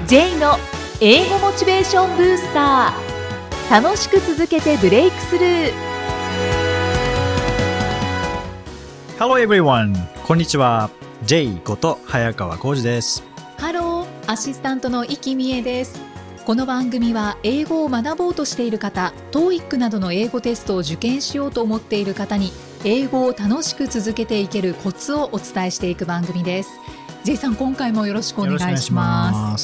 J の英語モチベーションブースター。楽しく続けてブレイクスルー。 Hello everyone! こんにちは。 J こと早川浩二です。 ハロー、アシスタントの生きみえです。この番組は英語を学ぼうとしている方、TOEIC などの英語テストを受験しようと思っている方に英語を楽しく続けていけるコツをお伝えしていく番組です。 J さん、今回もよろしくお願いします。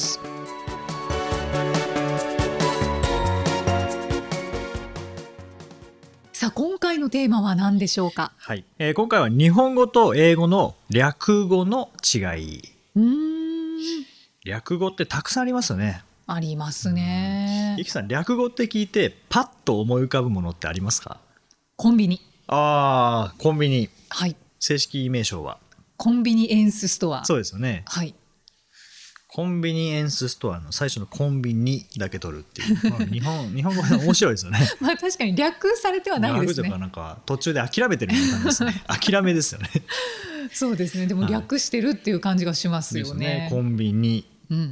さあ、今回のテーマは何でしょうか？ はい、今回は日本語と英語の略語の違い。略語ってたくさんありますよね。 ありますね。 ゆきさん、略語って聞いてパッと思い浮かぶものってありますか？ コンビニ。 コンビニ。 はい。 正式名称はコンビニエンスストア。 そうですよね。 はい。 コンビニエンスストアの最初のコンビニだけ取るっていう、日本語は面白いですよね。 まあ確かに略されてはないですね。 略とかなんか途中で諦めてるみたいな感じですね。諦めですよね。 そうですね。でも略してるっていう感じがしますよね。 ですね。コンビニ、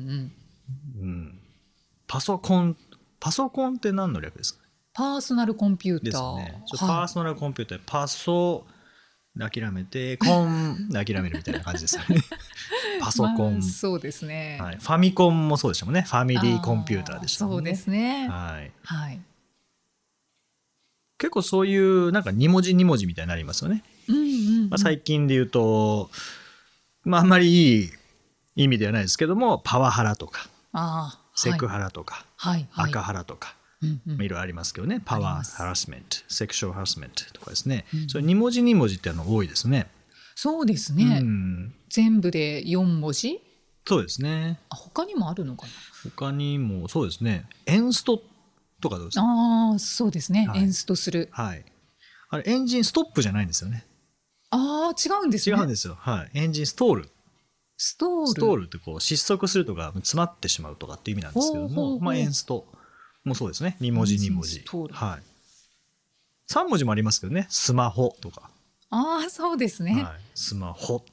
パソコンって何の略ですか？ パーソナルコンピューターですね。パーソナルコンピューター、パソで諦めてコンで諦めるみたいな感じですよね。パソコン、 そうですね、 はい、ファミコンもそうでしたもんね。ファミリーコンピューターでしたもんね。 そうですね、 はいはい、 結構そういうなんか2文字2文字みたいになりますよね。最近で言うと、あんまりいい意味ではないですけども、パワハラとかセクハラとか、赤ハラとか、いろいろありますけどね。パワーハラスメント、セクシュアルハラスメントとかですね。それ2文字2文字っての多いですね。 そうですね、全部で4文字。 そうですね。 他にもあるのかな？ 他にもそうですね。エンストとかどうですか？ そうですね、エンストする。 はい。あれエンジンストップじゃないんですよね。 違うんですね。 違うんですよ。はい。エンジンストール。ストールってこう失速するとか詰まってしまうとかっていう意味なんですけども、エンストもそうですね。2文字2文字。はい。3文字もありますけどね。スマホとか。 そうですね。 はい、スマホ。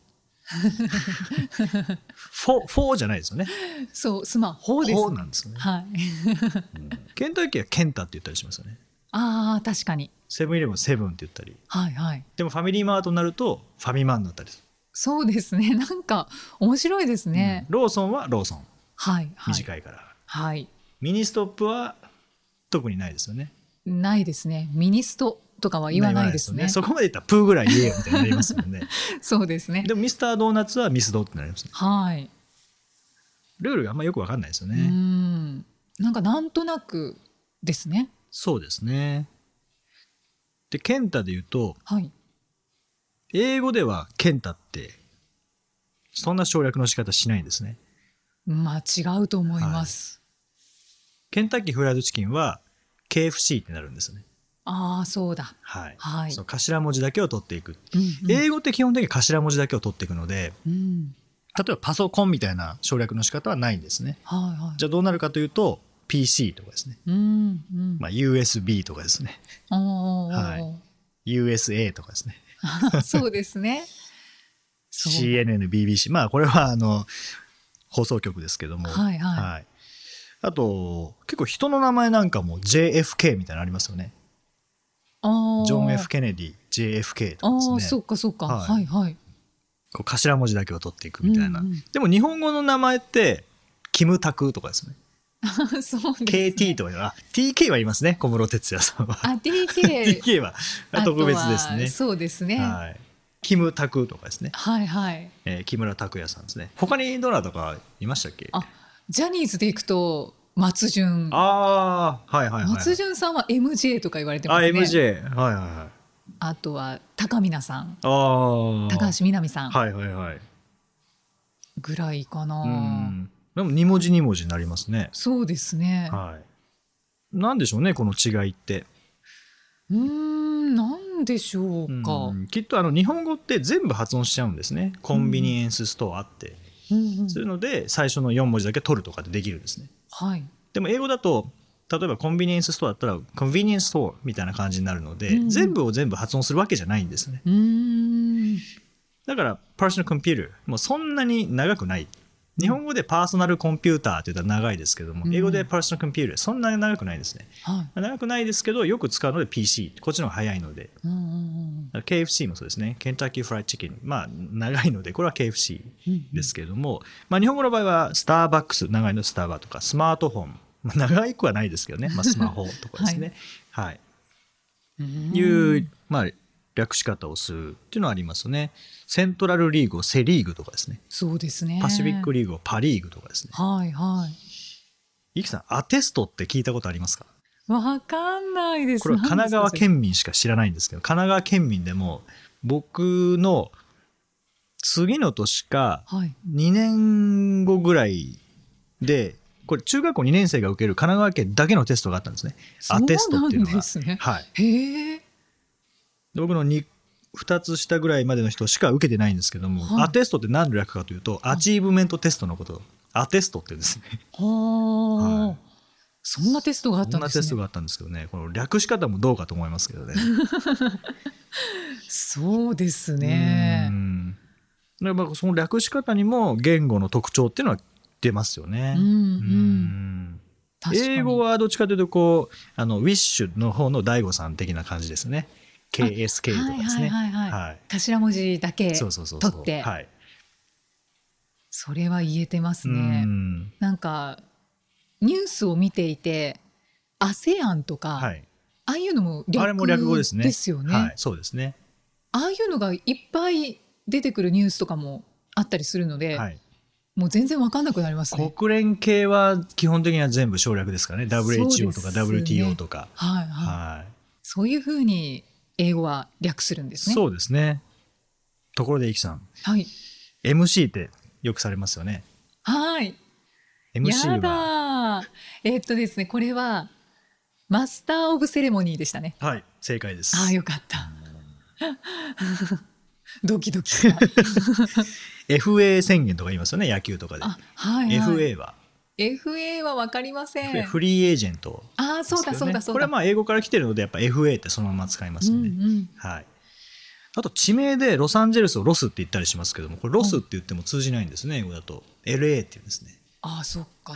フォーじゃないですよね。そう、 スマホです、ね。 ホなんですよね。 はい。 ケンタッキーはケンタって言ったりしますよね。 確かに。 セブンイレブンセブンって言ったり。 はいはい。 でもファミリーマートになるとファミマになったりする。 そうですね。なんか面白いですね。 ローソンはローソン。 はい。 短いから。 はい。 ミニストップは特にないですよね。 ないですね。ミニストとかは言わないですね。 そこまで言ったらプーぐらい言えよみたいになりますもんね。 そうですね。 でもミスタードーナツはミスドってなりますね。 はい。 ルールがあんまよく分かんないですよね。 なんとなくですね。 そうですね。で、ケンタで言うと、 はい、 英語ではケンタってそんな省略の仕方しないんですね。 違うと思います。 ケンタッキーフライドチキンは KFC ってなるんですね。 そうだ。 はい。 はい、 その頭文字だけを取っていく。英語って基本的に頭文字だけを取っていくので、例えばパソコンみたいな省略の仕方はないんですね。じゃあどうなるかというと PC とかですね。USB とかですね。USA とかですね。 そうですね。 CNN、BBC。これは放送局ですけども。あと、結構人の名前なんかも JFK みたいなのありますよね。ジョン・ F ・ケネディ JFK とかですね。 そうかそうか。はいはい。 こう頭文字だけを取っていくみたいな。でも日本語の名前ってキムタクとかですね。 そうですね。 KT とかTK は言いますね。小室哲哉さんは。TK は特別ですね。 そうですね。 はい。キムタクとかですね。 はいはい。 木村拓哉さんですね。他にどなたかいましたっけ？ ジャニーズでいくと松潤。松潤さんは MJ とか言われてますね。 MJ。 あとは高見菜さん。高橋みなみさん。ぐらいかな。 でも2文字2文字になりますね。 そうですね。 なんでしょうね、この違いって。 なんでしょうか。 きっと日本語って全部発音しちゃうんですね。コンビニエンスストアって。そういうので最初の4文字だけ取るとかでできるんですね。でも英語だと例えばコンビニエンスストアだったらコンビニエンスストアみたいな感じになるので、全部を全部発音するわけじゃないんですね。だからパーソナルコンピューターもうそんなに長くない。 日本語でパーソナルコンピューターって言ったら長いですけども、英語でパーソナルコンピューターそんなに長くないですね、長くないですけどよく使うので PC こっちの方が早いので、KFC もそうですね、ケンタッキーフライチキン、長いのでこれは KFC ですけれども、日本語の場合はスターバックス、長いのスターバとかスマートフォン、長くはないですけどね、スマホとかですね、いう、略し方をするっていうのはありますね。セントラルリーグをセリーグとかですね。 そうですね。 パシフィックリーグをパリーグとかですね。イキさん、アテストって聞いたことありますか？ わかんないです。 これは神奈川県民しか知らないんですけど、神奈川県民でも僕の次の年か2年後ぐらいで、これ中学校2年生が受ける神奈川県だけのテストがあったんですね。アテストっていうのが。 そうなんですね。 へえ。僕の2つ下ぐらいまでの人しか受けてないんですけども、アテストって何の略かというと、アチーブメントテストのこと、アテストって言うんですね。 そんなテストがあったんですね。 そんなテストがあったんですけどね、この略し方もどうかと思いますけどね。 そうですね。 その略し方にも言語の特徴っていうのは出ますよね。英語はどっちかというとこうウィッシュの方の大悟さん的な感じですね。KSK とかですね。 頭文字だけ取って。それは言えてますね。なんかニュースを見ていて ASEAN とか、ああいうのも略語ですよね。 そうですね。 ああいうのがいっぱい出てくるニュースとかもあったりするので、もう全然分かんなくなりますね。 国連系は基本的には全部省略ですからね。WHO とか WTO とか。 そういうふうに英語は略するんですね。 そうですね。ところでイキさん、MC ってよくされますよね。MC はですね、これはマスターオブセレモニーでしたね。 正解です。 よかった。ドキドキ。 FA 宣言とか言いますよね、野球とかで。 FA は分かりません。 フリーエージェント、 そうだ。 これは英語から来てるのでやっぱ FA ってそのまま使いますよね。あと地名でロサンゼルスをロスって言ったりしますけども、これロスって言っても通じないんですね、英語だと LA って言うんですね。 そっか。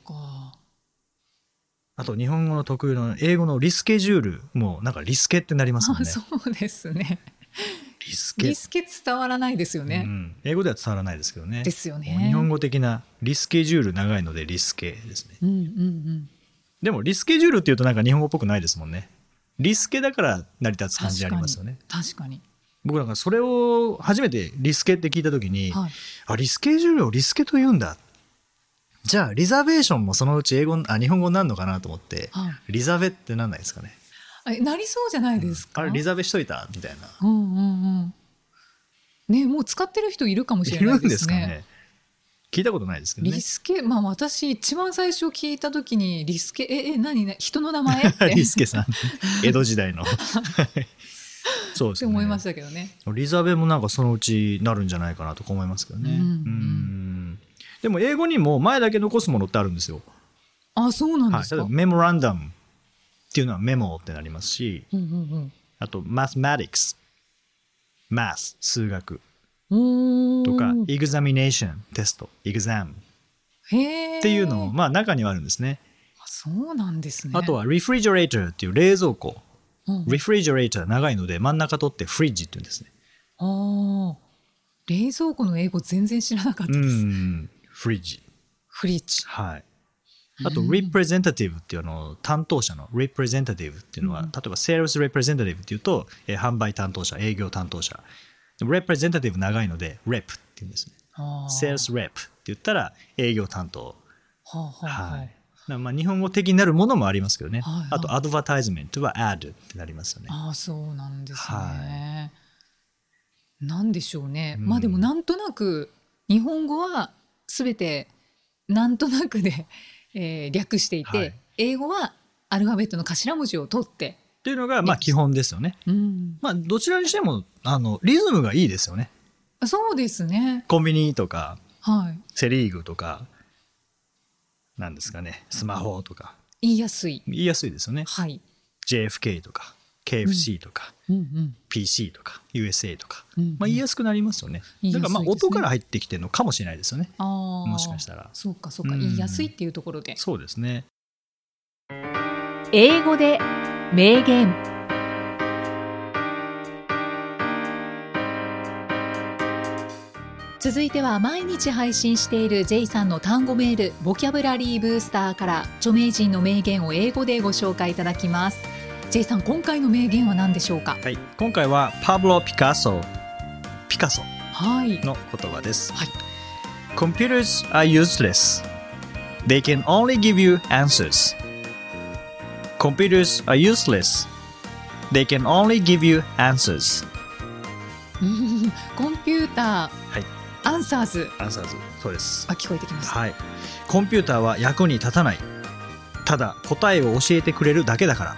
あと日本語の特有の英語のリスケジュールもなんかリスケってなりますもんね。 そうですね。リスケ伝わらないですよね。 英語では伝わらないですけどね。 ですよね。 日本語的なリスケジュール長いのでリスケですね。でもリスケジュールっていうとなんか日本語っぽくないですもんね。リスケだから成り立つ感じありますよね。 確かに。 僕なんかそれを初めてリスケって聞いた時に、リスケジュールをリスケと言うんだ。じゃあリザベーションもそのうち日本語になるのかなと思って、リザベってなんないですかね。 なりそうじゃないですか。 リザベしといたみたいな。 ね、もう使ってる人いるかもしれないですね。いるんですかね。 聞いたことないですけどね。 リスケ、私一番最初聞いた時にリスケ、何人の名前って。 リスケさん、江戸時代の。そうですね。 思いましたけどね。 リザベもなんかそのうちなるんじゃないかなと思いますけどね。でも英語にも前だけ残すものってあるんですよ。 そうなんですか。 メモランダムっていうのはメモってなりますし、あとマスマティクス、マス数学とかエグザミネーションテスト、エグザムっていうのも中にはあるんですね。 そうなんですね。 あとはリフリジレーターっていう冷蔵庫、リフリジレーター長いので真ん中取ってフリッジっていうんですね。 冷蔵庫の英語全然知らなかったです。 フリッジ。あと、representative っていう担当者の representative っていうのは、例えば sales representative っていうと、販売担当者、営業担当者。representative 長いので rep っていうんですね。sales rep って言ったら営業担当。日本語的になるものもありますけどね。あと、advertisement は ad ってなりますよね。 そうなんですね。なんでしょうね。でもなんとなく日本語は全てなんとなくで略していて、英語はアルファベットの頭文字を取ってっていうのが基本ですよね。どちらにしてもリズムがいいですよね。 そうですね。 コンビニとか、セリーグとかなんですかね、スマホとか言いやすいですよね。JFK とか KFC とか、 うんうん、 PC とか USA とか、 うんうん、 言いやすくなりますよね。だから音から入ってきてるのかもしれないですよね。もしかしたら。 そうかそうか、言いやすいっていうところで。 そうですね。 英語で名言。 続いては毎日配信している J さんの単語メールボキャブラリーブースターから著名人の名言を英語でご紹介いただきます。 J さん、今回の名言は何でしょうか？ はい、今回はパブロ・ピカソの言葉です、 はい、 Computers are useless. They can only give you answers. Computers are useless. They can only give you answers. コンピューター、はい、アンサーズ、 そうです。 聞こえてきました、 はい、コンピューターは役に立たない。ただ答えを教えてくれるだけだから。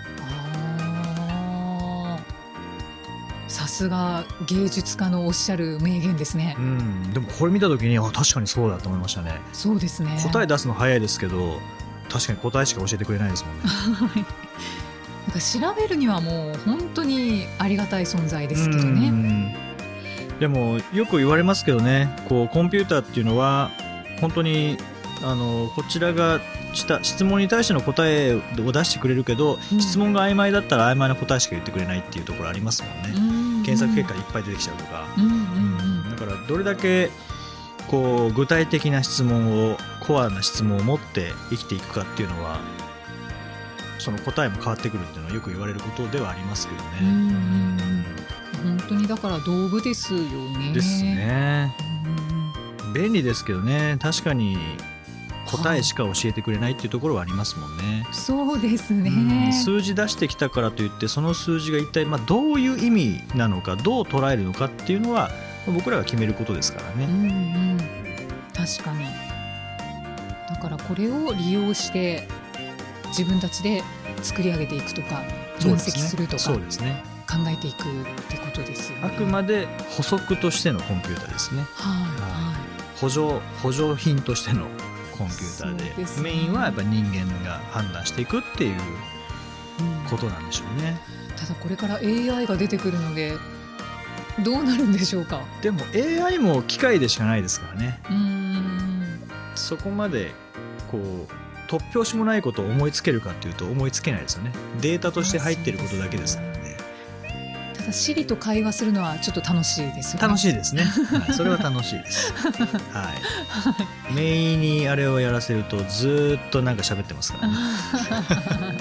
さすが芸術家のおっしゃる名言ですね。 でもこれ見た時に確かにそうだと思いましたね。 そうですね。 答え出すの早いですけど、確かに答えしか教えてくれないですもんね。 なんか調べるにはもう本当にありがたい存在ですけどね。 でもよく言われますけどね、コンピューターっていうのは本当にこちらがした質問に対しての答えを出してくれるけど、質問が曖昧だったら曖昧な答えしか言ってくれないっていうところありますもんね。検索結果いっぱい出てきちゃうとか、だからどれだけ具体的な質問を、コアな質問を持って生きていくかっていうのは、その答えも変わってくるっていうのはよく言われることではありますけどね。 本当にだから道具ですよね。 ですね。便利ですけどね、確かに答えしか教えてくれないっていうところはありますもんね。 そうですね。 数字出してきたからといってその数字が一体どういう意味なのか、どう捉えるのかっていうのは僕らが決めることですからね。 確かに。だからこれを利用して自分たちで作り上げていくとか分析するとか、そうですね、考えていくってことですよね。 あくまで補足としてのコンピューターですね。補助品としてのコンピューター でメインはやっぱ人間が判断していくっていうことなんでしょうね。 ただこれから AI が出てくるのでどうなるんでしょうか。 でも AI も機械でしかないですからね。そこまで突拍子もないことを思いつけるかっていうと思いつけないですよね。データとして入っていることだけですからね。 ただSiriと会話するのはちょっと楽しいですよね。 楽しいですね、それは楽しいです、メインにあれをやらせるとずっとなんか喋ってますから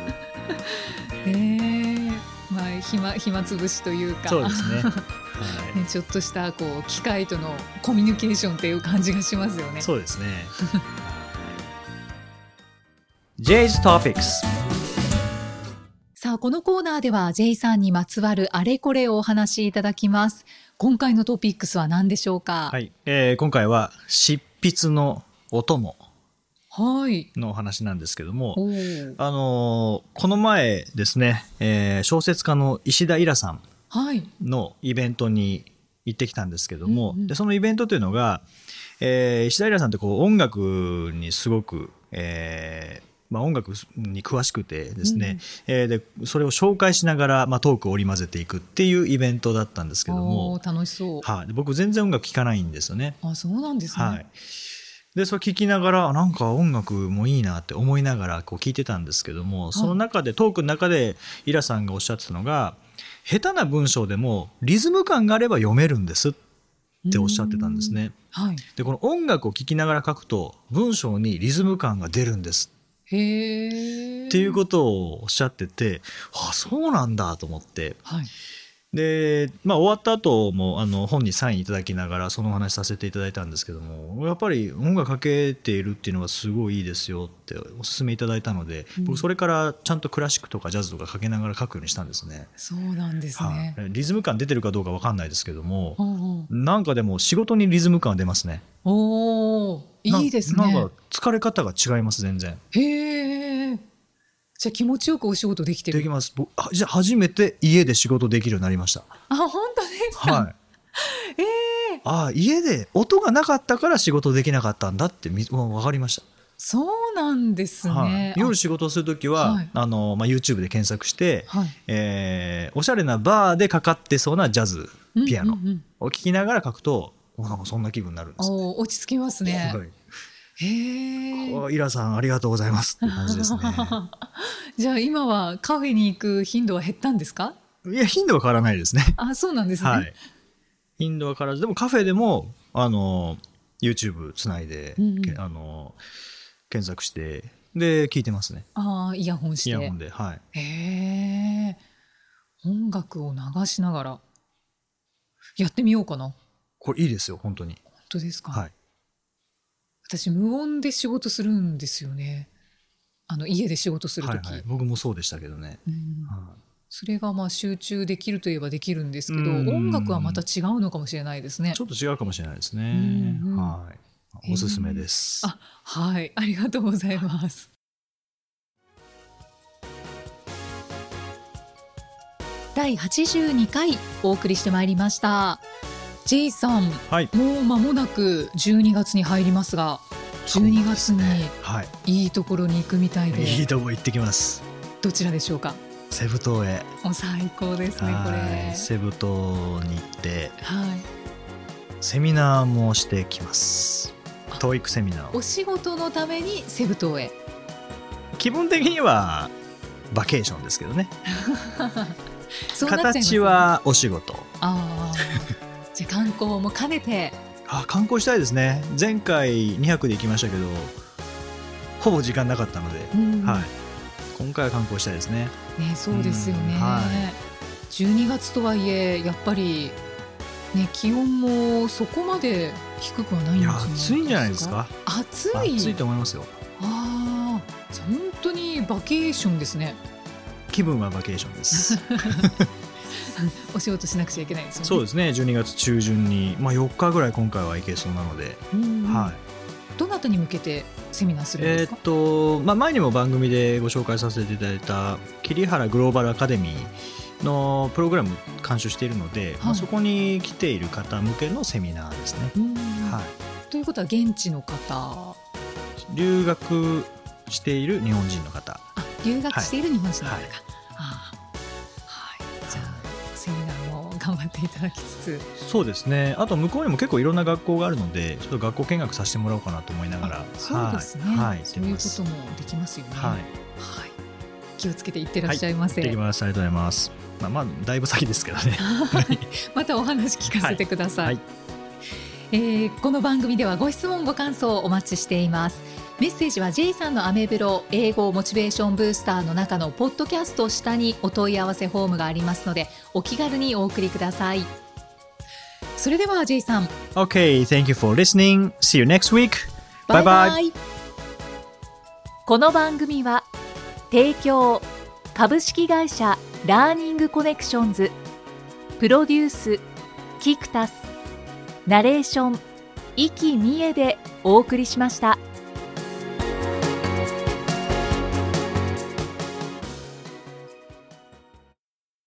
ね。 暇つぶしというか、 そうですね、 ちょっとした機械とのコミュニケーションっていう感じがしますよね。 そうですね。J's Topics。 さあ、このコーナーでは J さんにまつわるあれこれをお話しいただきます。今回のトピックスは何でしょうか？ 今回は執筆のお供のお話なんですけども、この前ですね、小説家の石田イラさんのイベントに行ってきたんですけども、でそのイベントというのが、石田イラさんって音楽にすごく、音楽に詳しくてですね、でそれを紹介しながら、トークを織り交ぜていくっていうイベントだったんですけども、 楽しそう。 僕全然音楽聴かないんですよね。 そうなんですね。 でそれ聴きながらなんか音楽もいいなって思いながら聴いてたんですけども、その中でトークの中でイラさんがおっしゃってたのが、下手な文章でもリズム感があれば読めるんですっておっしゃってたんですね。でこの音楽を聴きながら書くと文章にリズム感が出るんですっていうことをおっしゃってて、そうなんだと思って、で、終わった後も本にサインいただきながらそのお話させていただいたんですけども、やっぱり音楽かけているっていうのはすごいいいですよってお勧めいただいたので、僕それからちゃんとクラシックとかジャズとかかけながら書くようにしたんですね。 そうなんですね。 リズム感出てるかどうか分かんないですけども、なんかでも仕事にリズム感出ますね。 いいですね。 なんか疲れ方が違います、全然。 じゃあ気持ちよくお仕事できてる？ できます。じゃあ初めて家で仕事できるようになりました。 本当ですか？ 家で音がなかったから仕事できなかったんだって分かりました。 そうなんですね。 はい、夜仕事をするときは、 はい、 YouTube で検索して、 はい、 おしゃれなバーでかかってそうなジャズピアノを聴きながら書くと、なんかそんな気分になるんですね。 落ち着きますね。はい、 イラさんありがとうございますっていう感じですね。 じゃあ今はカフェに行く頻度は減ったんですか？ いや、頻度は変わらないですね。 そうなんですね。はい、 頻度は変わらず、でもカフェでもYouTube つないで、検索してで聞いてますね。 イヤホンして。 イヤホンで、はい。 音楽を流しながらやってみようかな。 これいいですよ、本当に。 本当ですか？はい。私無音で仕事するんですよね。家で仕事するとき、 はいはい、僕もそうでしたけどね。 それが集中できるといえばできるんですけど、音楽はまた違うのかもしれないですね。 ちょっと違うかもしれないですね。はい。おすすめです。 はい、ありがとうございます。第82回お送りしてまいりました。J さん、はい、もう間もなく12月に入りますが、12月にいいところに行くみたいで、 いいところ行ってきます。 どちらでしょうか？ セブ島へ。 最高ですね、これ。 セブ島に行って、セミナーもしてきます。TOEICセミナーを。 お仕事のためにセブ島へ。 気分的にはバケーションですけどね。形はお仕事。 じゃあ観光も兼ねて。 観光したいですね。前回2泊で行きましたけどほぼ時間なかったので、はい、今回は観光したいですね。 そうですよね。12月とはいえやっぱり、気温もそこまで低くはないんじゃないですか？ 暑いんじゃないですか？暑いと思いますよ。 本当にバケーションですね。 気分はバケーションです。 お仕事しなくちゃいけないですよね。 そうですね。12月中旬に、4日ぐらい今回は行けそうなので、 どなたに向けてセミナーするんですか？ 前にも番組でご紹介させていただいた桐原グローバルアカデミーのプログラム監修しているので、そこに来ている方向けのセミナーですね。 ということは現地の方、 留学している日本人の方。 留学している日本人の方か。じゃあセミナーも頑張っていただきつつ。 そうですね。あと向こうにも結構いろんな学校があるので、ちょっと学校見学させてもらおうかなと思いながら。 そうですね。そういうこともできますよね。気をつけていってらっしゃいませ。 行ってきます。ありがとうございます。だいぶ先ですけどね。 またお話聞かせてください。この番組ではご質問ご感想をお待ちしています。メッセージは J さんのアメブロ英語モチベーションブースターの中のポッドキャスト下にお問い合わせフォームがありますので、お気軽にお送りください。それでは J さん。 Okay, thank you for listening. See you next week. Bye bye. この番組は提供株式会社ラーニングコネクションズ、プロデュースキクタス、ナレーション生きみえでお送りしました。